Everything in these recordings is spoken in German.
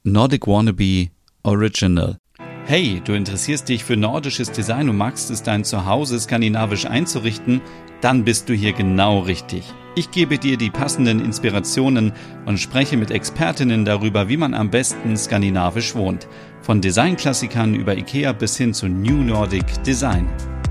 Nordic Wannabe Original. Hey, du interessierst dich für nordisches Design und magst es, dein Zuhause skandinavisch einzurichten? Dann bist du hier genau richtig. Ich gebe dir die passenden Inspirationen und spreche mit Expertinnen darüber, wie man am besten skandinavisch wohnt. Von Designklassikern über IKEA bis hin zu New Nordic Design.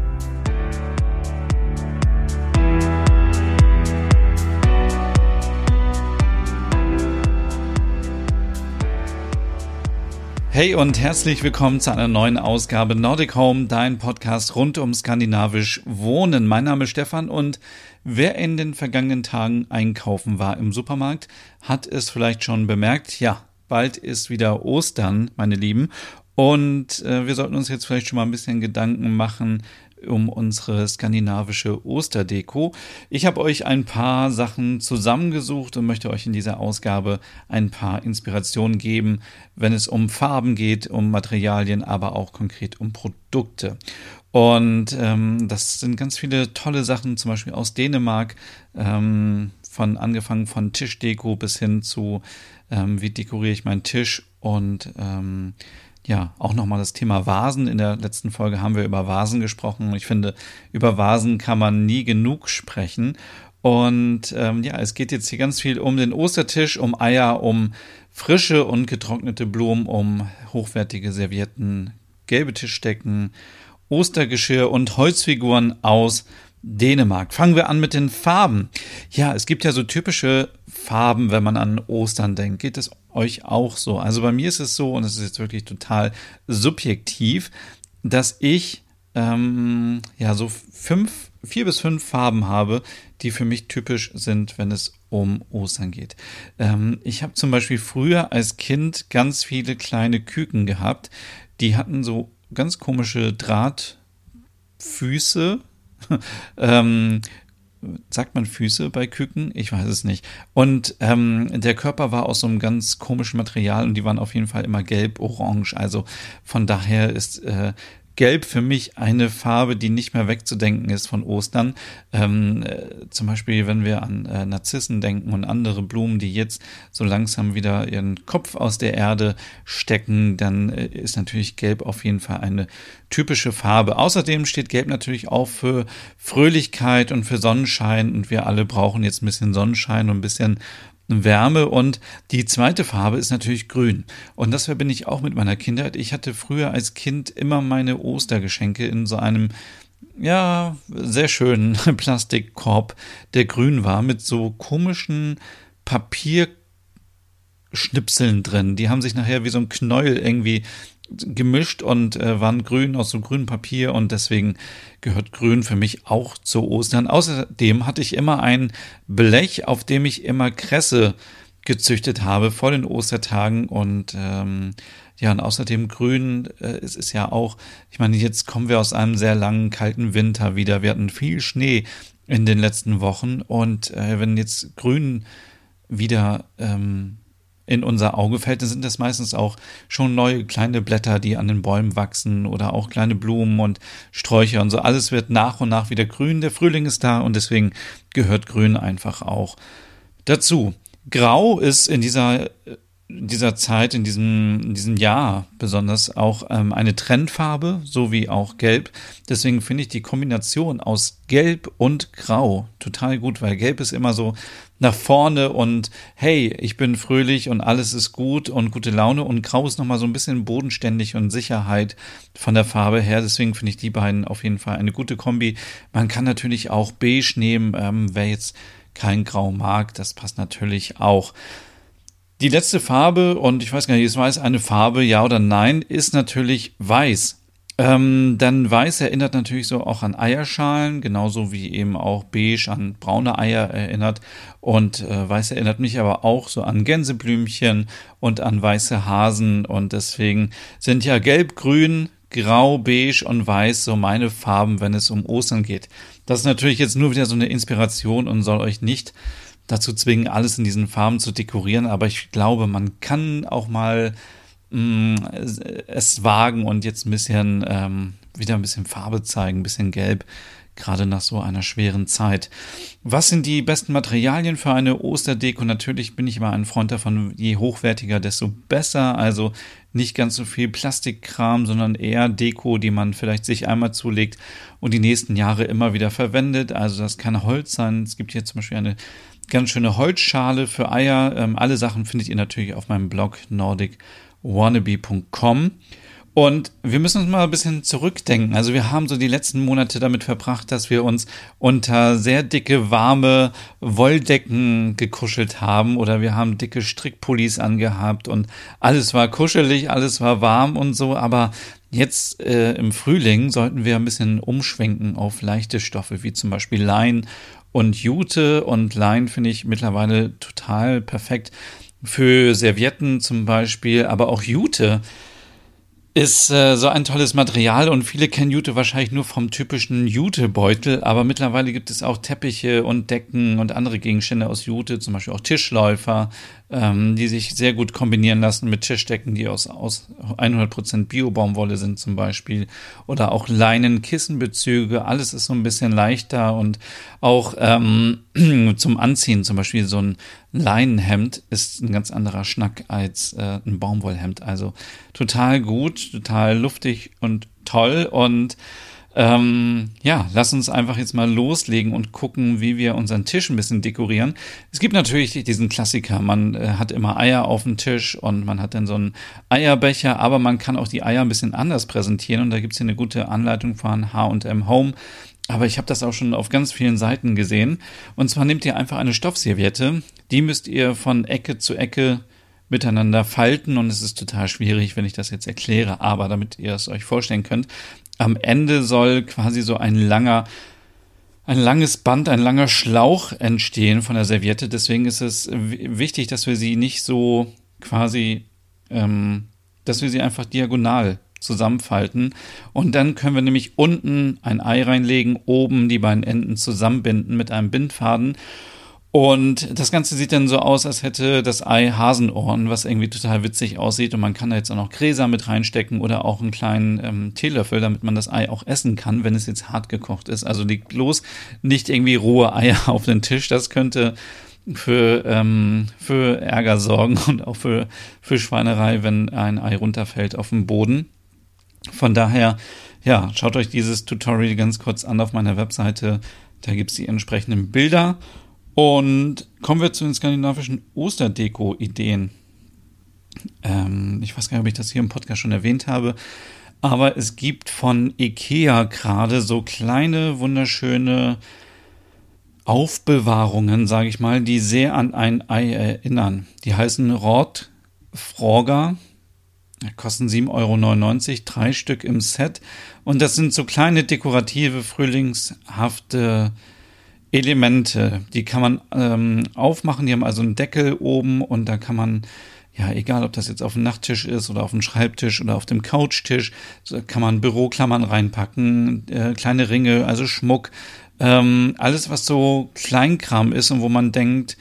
Hey und herzlich willkommen zu einer neuen Ausgabe Nordic Home, dein Podcast rund um skandinavisch Wohnen. Mein Name ist Stefan und wer in den vergangenen Tagen einkaufen war im Supermarkt, hat es vielleicht schon bemerkt, ja, bald ist wieder Ostern, meine Lieben. Und wir sollten uns jetzt vielleicht schon mal ein bisschen Gedanken machen um unsere skandinavische Osterdeko. Ich habe euch ein paar Sachen zusammengesucht und möchte euch in dieser Ausgabe ein paar Inspirationen geben, wenn es um Farben geht, um Materialien, aber auch konkret um Produkte. Und das sind ganz viele tolle Sachen, zum Beispiel aus Dänemark, angefangen von Tischdeko bis hin zu, wie dekoriere ich meinen Tisch und auch nochmal das Thema Vasen. In der letzten Folge haben wir über Vasen gesprochen. Ich finde, über Vasen kann man nie genug sprechen. Und es geht jetzt hier ganz viel um den Ostertisch, um Eier, um frische und getrocknete Blumen, um hochwertige Servietten, gelbe Tischdecken, Ostergeschirr und Holzfiguren aus Dänemark. Fangen wir an mit den Farben. Ja, es gibt ja so typische Farben, wenn man an Ostern denkt. Geht es euch auch so? Also bei mir ist es so, und es ist jetzt wirklich total subjektiv, dass ich so 4 bis 5 Farben habe, die für mich typisch sind, wenn es um Ostern geht. Ich habe zum Beispiel früher als Kind ganz viele kleine Küken gehabt. Die hatten so ganz komische Drahtfüße. Sagt man Füße bei Küken? Ich weiß es nicht. Und der Körper war aus so einem ganz komischen Material und die waren auf jeden Fall immer gelb-orange. Also von daher ist Gelb für mich eine Farbe, die nicht mehr wegzudenken ist von Ostern. Zum Beispiel, wenn wir an Narzissen denken und andere Blumen, die jetzt so langsam wieder ihren Kopf aus der Erde stecken, dann ist natürlich Gelb auf jeden Fall eine typische Farbe. Außerdem steht Gelb natürlich auch für Fröhlichkeit und für Sonnenschein und wir alle brauchen jetzt ein bisschen Sonnenschein und ein bisschen Wärme. Und die zweite Farbe ist natürlich grün. Und das verbinde ich auch mit meiner Kindheit. Ich hatte früher als Kind immer meine Ostergeschenke in so einem, sehr schönen Plastikkorb, der grün war, mit so komischen Papierschnipseln drin. Die haben sich nachher wie so ein Knäuel irgendwie gemischt und waren grün aus so grünem Papier und deswegen gehört Grün für mich auch zu Ostern. Außerdem hatte ich immer ein Blech, auf dem ich immer Kresse gezüchtet habe vor den Ostertagen und und außerdem Grün, es ist ja auch, ich meine, jetzt kommen wir aus einem sehr langen, kalten Winter wieder. Wir hatten viel Schnee in den letzten Wochen und wenn jetzt Grün wieder in unser Auge fällt, dann sind das meistens auch schon neue kleine Blätter, die an den Bäumen wachsen oder auch kleine Blumen und Sträucher und so. Alles wird nach und nach wieder grün. Der Frühling ist da und deswegen gehört Grün einfach auch dazu. Grau ist in dieser Zeit, in diesem Jahr besonders auch eine Trendfarbe, so wie auch Gelb. Deswegen finde ich die Kombination aus Gelb und Grau total gut, weil Gelb ist immer so nach vorne und hey, ich bin fröhlich und alles ist gut und gute Laune und Grau ist nochmal so ein bisschen bodenständig und Sicherheit von der Farbe her. Deswegen finde ich die beiden auf jeden Fall eine gute Kombi. Man kann natürlich auch Beige nehmen, wer jetzt kein Grau mag, das passt natürlich auch. Die letzte Farbe, und ich weiß gar nicht, ist Weiß eine Farbe, ja oder nein, ist natürlich Weiß. Dann Weiß erinnert natürlich so auch an Eierschalen, genauso wie eben auch Beige an braune Eier erinnert. Und Weiß erinnert mich aber auch so an Gänseblümchen und an weiße Hasen. Und deswegen sind ja Gelb, Grün, Grau, Beige und Weiß so meine Farben, wenn es um Ostern geht. Das ist natürlich jetzt nur wieder so eine Inspiration und soll euch nicht dazu zwingen, alles in diesen Farben zu dekorieren. Aber ich glaube, man kann auch mal es wagen und jetzt ein bisschen wieder ein bisschen Farbe zeigen, ein bisschen Gelb, gerade nach so einer schweren Zeit. Was sind die besten Materialien für eine Osterdeko? Natürlich bin ich immer ein Freund davon, je hochwertiger, desto besser. Also nicht ganz so viel Plastikkram, sondern eher Deko, die man vielleicht sich einmal zulegt und die nächsten Jahre immer wieder verwendet. Also das kann Holz sein. Es gibt hier zum Beispiel eine ganz schöne Holzschale für Eier. Alle Sachen findet ihr natürlich auf meinem Blog nordicwannabe.com. Und wir müssen uns mal ein bisschen zurückdenken. Also wir haben so die letzten Monate damit verbracht, dass wir uns unter sehr dicke, warme Wolldecken gekuschelt haben oder wir haben dicke Strickpullis angehabt und alles war kuschelig, alles war warm und so. Aber jetzt im Frühling sollten wir ein bisschen umschwenken auf leichte Stoffe, wie zum Beispiel Lein und Jute. Und Lein finde ich mittlerweile total perfekt für Servietten zum Beispiel, aber auch Jute ist so ein tolles Material und viele kennen Jute wahrscheinlich nur vom typischen Jutebeutel, aber mittlerweile gibt es auch Teppiche und Decken und andere Gegenstände aus Jute, zum Beispiel auch Tischläufer, die sich sehr gut kombinieren lassen mit Tischdecken, die aus 100% Bio-Baumwolle sind zum Beispiel, oder auch Leinen-Kissenbezüge, alles ist so ein bisschen leichter und auch zum Anziehen, zum Beispiel so ein Leinenhemd ist ein ganz anderer Schnack als ein Baumwollhemd, also total gut, total luftig und toll und ja, lass uns einfach jetzt mal loslegen und gucken, wie wir unseren Tisch ein bisschen dekorieren. Es gibt natürlich diesen Klassiker, man hat immer Eier auf dem Tisch und man hat dann so einen Eierbecher, aber man kann auch die Eier ein bisschen anders präsentieren und da gibt es hier eine gute Anleitung von H&M Home. Aber ich habe das auch schon auf ganz vielen Seiten gesehen. Und zwar nehmt ihr einfach eine Stoffserviette, die müsst ihr von Ecke zu Ecke miteinander falten und es ist total schwierig, wenn ich das jetzt erkläre, aber damit ihr es euch vorstellen könnt, am Ende soll quasi so ein langes Band, ein langer Schlauch entstehen von der Serviette. Deswegen ist es wichtig, dass wir sie nicht so quasi, dass wir sie einfach diagonal zusammenfalten. Und dann können wir nämlich unten ein Ei reinlegen, oben die beiden Enden zusammenbinden mit einem Bindfaden. Und das Ganze sieht dann so aus, als hätte das Ei Hasenohren, was irgendwie total witzig aussieht. Und man kann da jetzt auch noch Gräser mit reinstecken oder auch einen kleinen Teelöffel, damit man das Ei auch essen kann, wenn es jetzt hart gekocht ist. Also legt bloß nicht irgendwie rohe Eier auf den Tisch. Das könnte für Ärger sorgen und auch für Schweinerei, wenn ein Ei runterfällt auf den Boden. Von daher, ja, schaut euch dieses Tutorial ganz kurz an auf meiner Webseite. Da gibt es die entsprechenden Bilder. Und kommen wir zu den skandinavischen Osterdeko-Ideen. Ich weiß gar nicht, ob ich das hier im Podcast schon erwähnt habe, aber es gibt von IKEA gerade so kleine, wunderschöne Aufbewahrungen, sage ich mal, die sehr an ein Ei erinnern. Die heißen Rotfroger, kosten 7,99 €, 3 Stück im Set. Und das sind so kleine, dekorative, frühlingshafte Elemente, die kann man aufmachen, die haben also einen Deckel oben und da kann man, ja, egal ob das jetzt auf dem Nachttisch ist oder auf dem Schreibtisch oder auf dem Couchtisch, so kann man Büroklammern reinpacken, kleine Ringe, also Schmuck, alles was so Kleinkram ist und wo man denkt,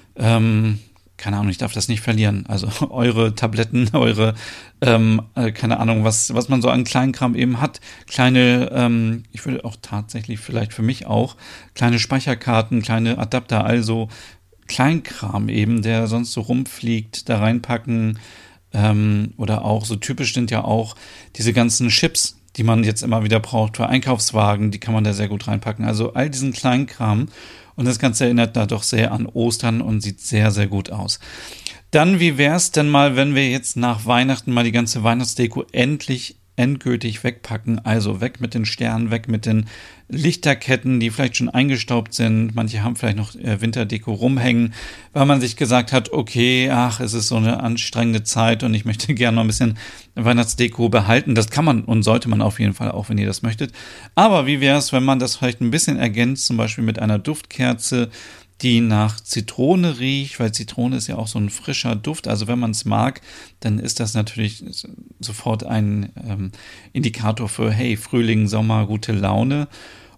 keine Ahnung, ich darf das nicht verlieren. Also eure Tabletten, eure, keine Ahnung, was man so an Kleinkram eben hat. Kleine, ich würde auch tatsächlich vielleicht für mich auch, kleine Speicherkarten, kleine Adapter, also Kleinkram eben, der sonst so rumfliegt, da reinpacken. Oder auch, so typisch sind ja auch diese ganzen Chips, die man jetzt immer wieder braucht für Einkaufswagen, die kann man da sehr gut reinpacken. Also all diesen Kleinkram. Und das Ganze erinnert da doch sehr an Ostern und sieht sehr, sehr gut aus. Dann, wie wär's denn mal, wenn wir jetzt nach Weihnachten mal die ganze Weihnachtsdeko endgültig wegpacken? Also weg mit den Sternen, weg mit den Lichterketten, die vielleicht schon eingestaubt sind. Manche haben vielleicht noch Winterdeko rumhängen, weil man sich gesagt hat, okay, es ist so eine anstrengende Zeit und ich möchte gerne noch ein bisschen Weihnachtsdeko behalten. Das kann man und sollte man auf jeden Fall auch, wenn ihr das möchtet. Aber wie wäre es, wenn man das vielleicht ein bisschen ergänzt, zum Beispiel mit einer Duftkerze, die nach Zitrone riecht, weil Zitrone ist ja auch so ein frischer Duft. Also wenn man es mag, dann ist das natürlich sofort ein Indikator für, hey, Frühling, Sommer, gute Laune.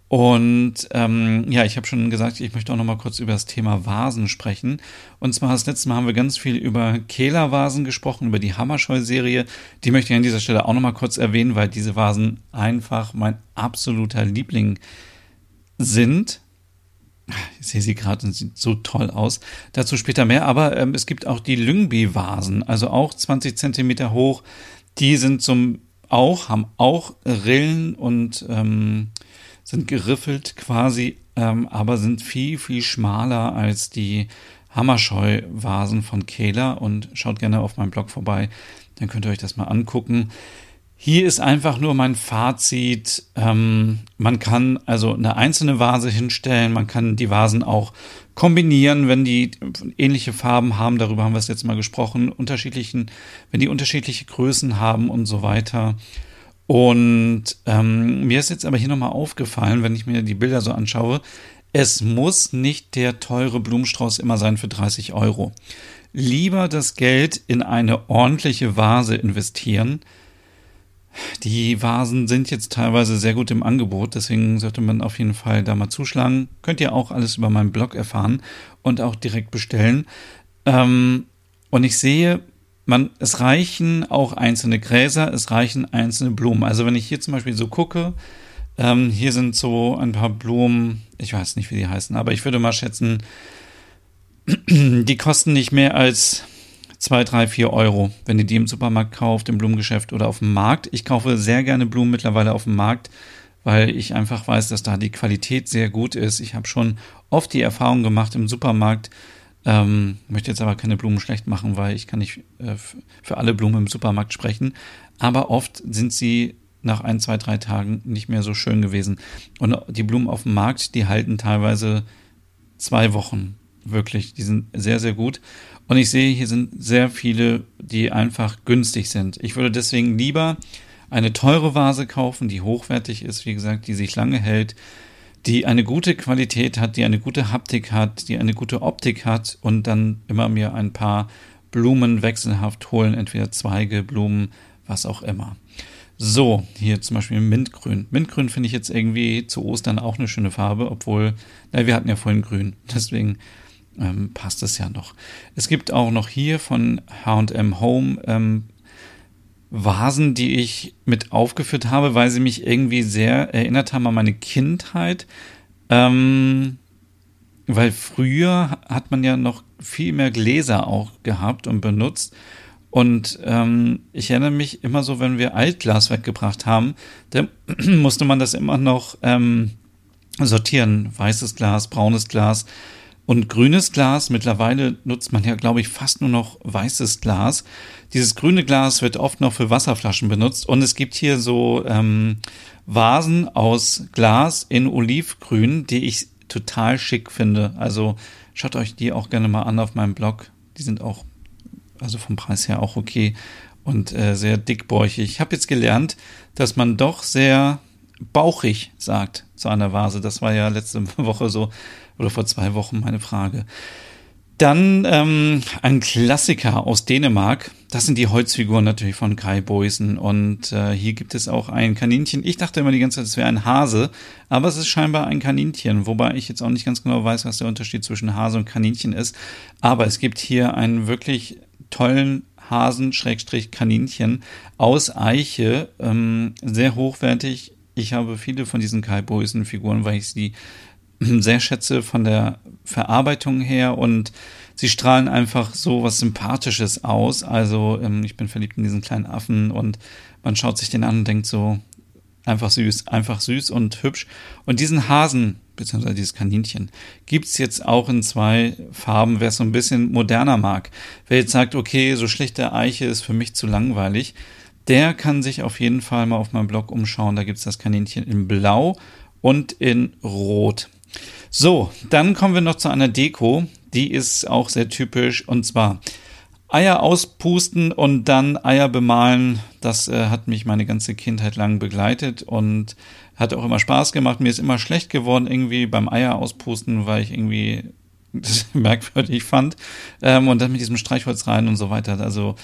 Und ja, ich habe schon gesagt, ich möchte auch noch mal kurz über das Thema Vasen sprechen. Und zwar das letzte Mal haben wir ganz viel über Kehler-Vasen gesprochen, über die Hammerscheu-Serie. Die möchte ich an dieser Stelle auch noch mal kurz erwähnen, weil diese Vasen einfach mein absoluter Liebling sind. Ich sehe sie gerade und sieht so toll aus. Dazu später mehr, aber es gibt auch die Lyngby-Vasen, also auch 20 Zentimeter hoch. Die sind haben auch Rillen und sind geriffelt quasi, aber sind viel, viel schmaler als die Hammerscheu-Vasen von Kehler. Und schaut gerne auf meinem Blog vorbei, dann könnt ihr euch das mal angucken. Hier ist einfach nur mein Fazit. Man kann also eine einzelne Vase hinstellen, man kann die Vasen auch kombinieren, wenn die ähnliche Farben haben, darüber haben wir es jetzt mal gesprochen, wenn die unterschiedliche Größen haben und so weiter. Und mir ist jetzt aber hier nochmal aufgefallen, wenn ich mir die Bilder so anschaue, es muss nicht der teure Blumenstrauß immer sein für 30 Euro. Lieber das Geld in eine ordentliche Vase investieren. Die Vasen sind jetzt teilweise sehr gut im Angebot, deswegen sollte man auf jeden Fall da mal zuschlagen. Könnt ihr auch alles über meinen Blog erfahren und auch direkt bestellen. Und ich sehe, es reichen auch einzelne Gräser, es reichen einzelne Blumen. Also wenn ich hier zum Beispiel so gucke, hier sind so ein paar Blumen, ich weiß nicht, wie die heißen, aber ich würde mal schätzen, die kosten nicht mehr als 2, 3, 4 Euro, wenn ihr die im Supermarkt kauft, im Blumengeschäft oder auf dem Markt. Ich kaufe sehr gerne Blumen mittlerweile auf dem Markt, weil ich einfach weiß, dass da die Qualität sehr gut ist. Ich habe schon oft die Erfahrung gemacht im Supermarkt, möchte jetzt aber keine Blumen schlecht machen, weil ich kann nicht für alle Blumen im Supermarkt sprechen. Aber oft sind sie nach 1, 2, 3 Tagen nicht mehr so schön gewesen. Und die Blumen auf dem Markt, die halten teilweise 2 Wochen. Wirklich, die sind sehr, sehr gut. Und ich sehe, hier sind sehr viele, die einfach günstig sind. Ich würde deswegen lieber eine teure Vase kaufen, die hochwertig ist, wie gesagt, die sich lange hält, die eine gute Qualität hat, die eine gute Haptik hat, die eine gute Optik hat und dann immer mir ein paar Blumen wechselhaft holen, entweder Zweige, Blumen, was auch immer. So, hier zum Beispiel Mintgrün. Mintgrün finde ich jetzt irgendwie zu Ostern auch eine schöne Farbe, obwohl, wir hatten ja vorhin Grün, deswegen passt es ja noch. Es gibt auch noch hier von H&M Home Vasen, die ich mit aufgeführt habe, weil sie mich irgendwie sehr erinnert haben an meine Kindheit. Weil früher hat man ja noch viel mehr Gläser auch gehabt und benutzt. Und ich erinnere mich immer so, wenn wir Altglas weggebracht haben, dann musste man das immer noch sortieren. Weißes Glas, braunes Glas und grünes Glas. Mittlerweile nutzt man ja, glaube ich, fast nur noch weißes Glas. Dieses grüne Glas wird oft noch für Wasserflaschen benutzt. Und es gibt hier so Vasen aus Glas in Olivgrün, die ich total schick finde. Also schaut euch die auch gerne mal an auf meinem Blog. Die sind auch, also vom Preis her auch okay und sehr dickbäuchig. Ich habe jetzt gelernt, dass man doch sehr bauchig sagt zu einer Vase. Das war ja letzte Woche so, oder vor 2 Wochen meine Frage. Dann ein Klassiker aus Dänemark. Das sind die Holzfiguren natürlich von Kai Boysen. Und hier gibt es auch ein Kaninchen. Ich dachte immer die ganze Zeit, es wäre ein Hase, aber es ist scheinbar ein Kaninchen. Wobei ich jetzt auch nicht ganz genau weiß, was der Unterschied zwischen Hase und Kaninchen ist. Aber es gibt hier einen wirklich tollen Hasen-Kaninchen aus Eiche. Sehr hochwertig. Ich habe viele von diesen Kai Boysen-Figuren, weil ich sie sehr schätze von der Verarbeitung her und sie strahlen einfach so was Sympathisches aus. Also ich bin verliebt in diesen kleinen Affen und man schaut sich den an und denkt so, einfach süß und hübsch. Und diesen Hasen, beziehungsweise dieses Kaninchen, gibt's jetzt auch in 2 Farben, wer es so ein bisschen moderner mag. Wer jetzt sagt, okay, so schlichte Eiche ist für mich zu langweilig, der kann sich auf jeden Fall mal auf meinem Blog umschauen. Da gibt's das Kaninchen in Blau und in Rot. So, dann kommen wir noch zu einer Deko, die ist auch sehr typisch und zwar Eier auspusten und dann Eier bemalen. Das hat mich meine ganze Kindheit lang begleitet und hat auch immer Spaß gemacht. Mir ist immer schlecht geworden irgendwie beim Eier auspusten, weil ich irgendwie das merkwürdig fand und dann mit diesem Streichholz rein und so weiter. Also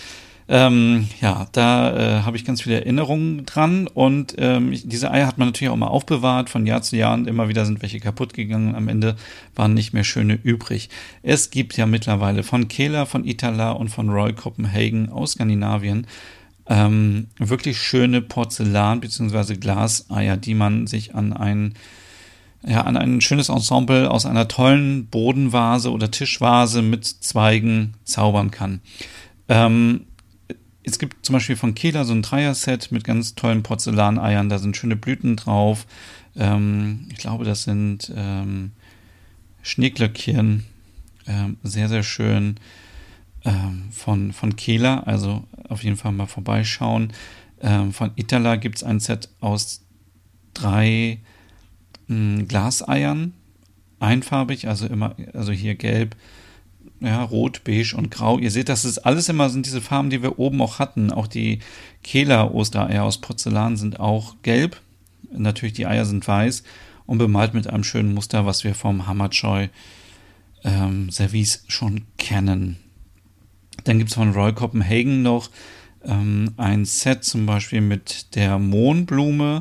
Ja, da habe ich ganz viele Erinnerungen dran und diese Eier hat man natürlich auch mal aufbewahrt von Jahr zu Jahr und immer wieder sind welche kaputt gegangen. Am Ende waren nicht mehr schöne übrig. Es gibt ja mittlerweile von Kela, von Itala und von Royal Copenhagen aus Skandinavien wirklich schöne Porzellan- bzw. Glaseier, die man sich an ein schönes Ensemble aus einer tollen Bodenvase oder Tischvase mit Zweigen zaubern kann. Ähm, Es gibt zum Beispiel von Kela so ein Dreier-Set mit ganz tollen Porzellaneiern. Da sind schöne Blüten drauf. Ich glaube, das sind Schneeglöckchen. Sehr, sehr schön. Von Kela. Also auf jeden Fall mal vorbeischauen. Von Itala gibt es ein Set aus 3 Glaseiern. Einfarbig, also hier gelb, ja, rot, beige und grau. Ihr seht, das ist alles immer, sind diese Farben, die wir oben auch hatten. Auch die Kehler-Ostereier aus Porzellan sind auch gelb. Natürlich, die Eier sind weiß und bemalt mit einem schönen Muster, was wir vom Hammerjoy Service schon kennen. Dann gibt es von Royal Copenhagen noch ein Set zum Beispiel mit der Mohnblume.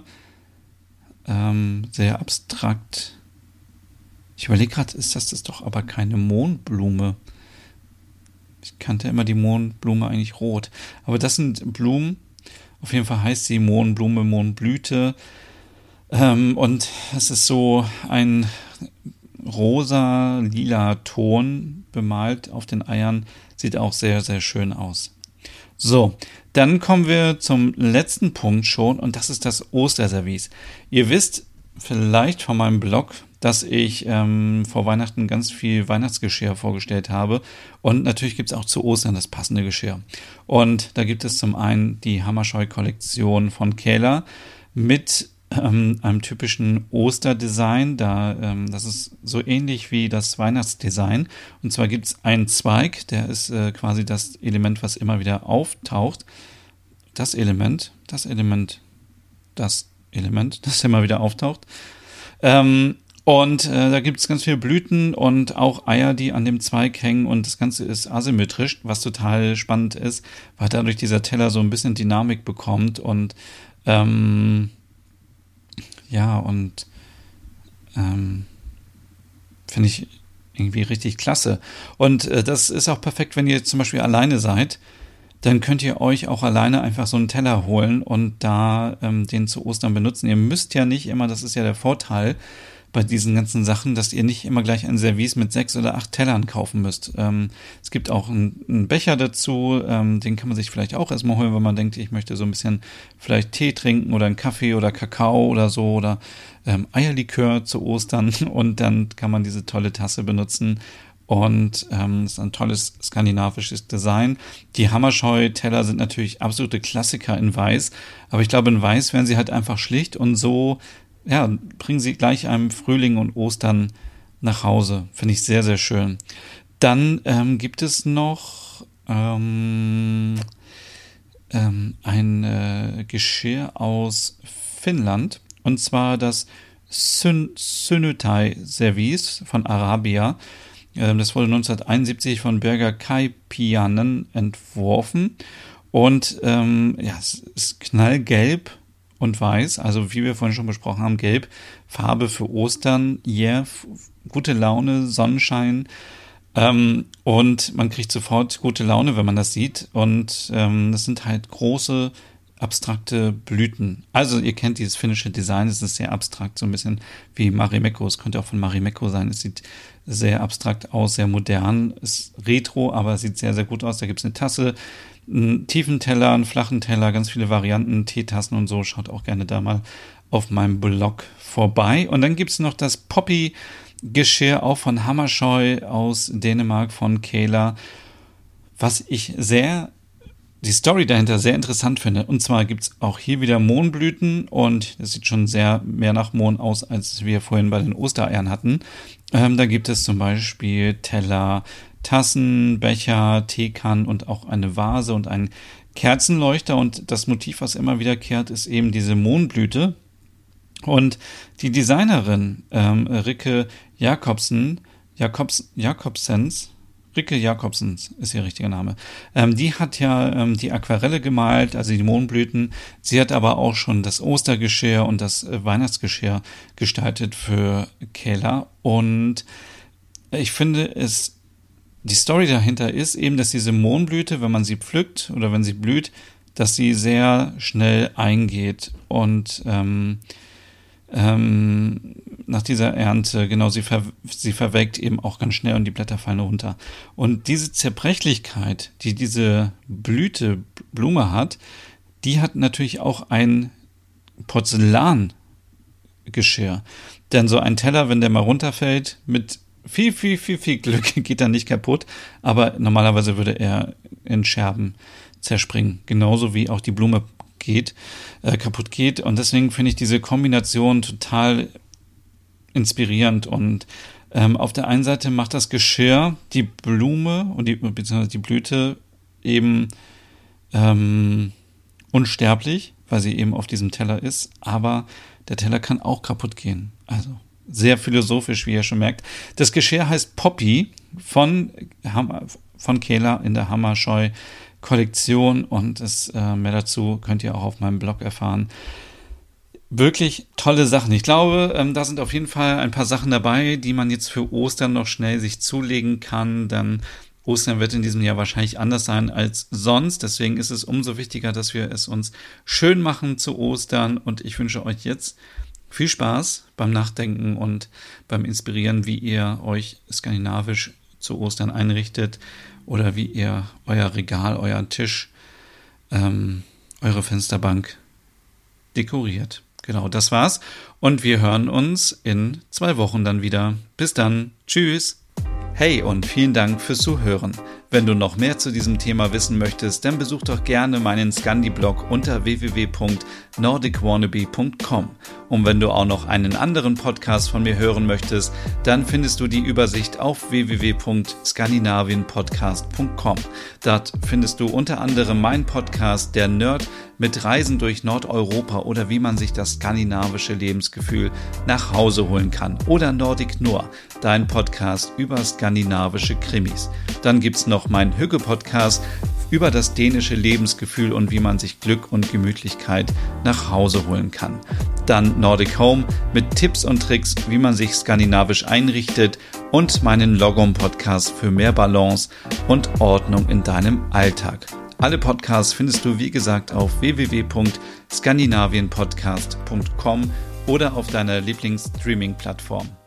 Sehr abstrakt. Ich überlege gerade, ist das doch aber keine Mohnblume? Ich kannte immer die Mohnblume eigentlich rot. Aber das sind Blumen. Auf jeden Fall heißt sie Mohnblume, Mohnblüte. Und es ist so ein rosa-lila Ton bemalt auf den Eiern. Sieht auch sehr, sehr schön aus. So, dann kommen wir zum letzten Punkt schon und das ist das Osterservice. Ihr wisst vielleicht von meinem Blog, dass ich vor Weihnachten ganz viel Weihnachtsgeschirr vorgestellt habe. Und natürlich gibt es auch zu Ostern das passende Geschirr. Und da gibt es zum einen die Hammerscheu-Kollektion von Kehler mit einem typischen Osterdesign. Das ist so ähnlich wie das Weihnachtsdesign. Und zwar gibt es einen Zweig, der ist quasi das Element, was immer wieder auftaucht. Das Element, das immer wieder auftaucht. Da gibt es ganz viele Blüten und auch Eier, die an dem Zweig hängen und das Ganze ist asymmetrisch, was total spannend ist, weil dadurch dieser Teller so ein bisschen Dynamik bekommt und finde ich irgendwie richtig klasse. Und das ist auch perfekt, wenn ihr zum Beispiel alleine seid, dann könnt ihr euch auch alleine einfach so einen Teller holen und da den zu Ostern benutzen. Ihr müsst ja nicht immer, das ist ja der Vorteil bei diesen ganzen Sachen, dass ihr nicht immer gleich ein Service mit 6 oder 8 Tellern kaufen müsst. Es gibt auch einen Becher dazu, den kann man sich vielleicht auch erstmal holen, wenn man denkt, ich möchte so ein bisschen vielleicht Tee trinken oder einen Kaffee oder Kakao oder so oder Eierlikör zu Ostern und dann kann man diese tolle Tasse benutzen. Und ist ein tolles skandinavisches Design. Die Hammerscheu-Teller sind natürlich absolute Klassiker in Weiß, aber ich glaube, in Weiß werden sie halt einfach schlicht und so, ja, bringen sie gleich einem Frühling und Ostern nach Hause. Finde ich sehr, sehr schön. Dann gibt es noch ein Geschirr aus Finnland und zwar das Synnytai-Service von Arabia. Das wurde 1971 von Birger Kaipianen entworfen und es ist knallgelb und weiß, also wie wir vorhin schon besprochen haben, gelb, Farbe für Ostern, gute Laune, Sonnenschein und man kriegt sofort gute Laune, wenn man das sieht und das sind halt große, abstrakte Blüten. Also ihr kennt dieses finnische Design, es ist sehr abstrakt, so ein bisschen wie Marimekko, es könnte auch von Marimekko sein, es sieht sehr abstrakt aus, sehr modern, ist retro, aber sieht sehr, sehr gut aus. Da gibt es eine Tasse, einen tiefen Teller, einen flachen Teller, ganz viele Varianten, Teetassen und so. Schaut auch gerne da mal auf meinem Blog vorbei. Und dann gibt es noch das Poppy-Geschirr, auch von Hammerscheu aus Dänemark, von Kehler, was ich die Story dahinter sehr interessant finde. Und zwar gibt es auch hier wieder Mohnblüten und das sieht schon sehr mehr nach Mohn aus, als wir vorhin bei den Ostereiern hatten. Da gibt es zum Beispiel Teller, Tassen, Becher, Teekannen und auch eine Vase und einen Kerzenleuchter. Und das Motiv, was immer wiederkehrt, ist eben diese Mohnblüte. Und die Designerin Rikke Jakobsens, Rikke Jacobsen ist ihr richtiger Name. Die hat ja die Aquarelle gemalt, also die Mohnblüten. Sie hat aber auch schon das Ostergeschirr und das Weihnachtsgeschirr gestaltet für Kayla. Und ich finde die Story dahinter ist eben, dass diese Mohnblüte, wenn man sie pflückt oder wenn sie blüht, dass sie sehr schnell eingeht und nach dieser Ernte, genau, sie verwelkt eben auch ganz schnell und die Blätter fallen runter. Und diese Zerbrechlichkeit, die diese Blume hat, die hat natürlich auch ein Porzellangeschirr. Denn so ein Teller, wenn der mal runterfällt, mit viel Glück geht er nicht kaputt, aber normalerweise würde er in Scherben zerspringen. Genauso wie auch die Blume kaputt geht. Und deswegen finde ich diese Kombination total inspirierend. Und auf der einen Seite macht das Geschirr die Blume und beziehungsweise die Blüte eben unsterblich, weil sie eben auf diesem Teller ist. Aber der Teller kann auch kaputt gehen. Also sehr philosophisch, wie ihr schon merkt. Das Geschirr heißt Poppy von Kayla in der Hammerscheu Kollektion und mehr dazu könnt ihr auch auf meinem Blog erfahren. Wirklich tolle Sachen. Ich glaube, da sind auf jeden Fall ein paar Sachen dabei, die man jetzt für Ostern noch schnell sich zulegen kann, denn Ostern wird in diesem Jahr wahrscheinlich anders sein als sonst. Deswegen ist es umso wichtiger, dass wir es uns schön machen zu Ostern und ich wünsche euch jetzt viel Spaß beim Nachdenken und beim Inspirieren, wie ihr euch skandinavisch zu Ostern einrichtet oder wie ihr euer Regal, euren Tisch, eure Fensterbank dekoriert. Genau, das war's. Und wir hören uns in 2 Wochen dann wieder. Bis dann. Tschüss. Hey und vielen Dank fürs Zuhören. Wenn du noch mehr zu diesem Thema wissen möchtest, dann besuch doch gerne meinen Scandi-Blog unter www.nordicwannabe.com. Und wenn du auch noch einen anderen Podcast von mir hören möchtest, dann findest du die Übersicht auf www.skandinavienpodcast.com. Dort findest du unter anderem meinen Podcast Der Nerd mit Reisen durch Nordeuropa oder wie man sich das skandinavische Lebensgefühl nach Hause holen kann. Oder Nordic Noir, dein Podcast über skandinavische Krimis. Dann gibt's noch meinen Hügge-Podcast über das dänische Lebensgefühl und wie man sich Glück und Gemütlichkeit nach Hause holen kann. Dann Nordic Home mit Tipps und Tricks, wie man sich skandinavisch einrichtet und meinen Logom-Podcast für mehr Balance und Ordnung in deinem Alltag. Alle Podcasts findest du, wie gesagt, auf www.skandinavienpodcast.com oder auf deiner Lieblings-Streaming-Plattform.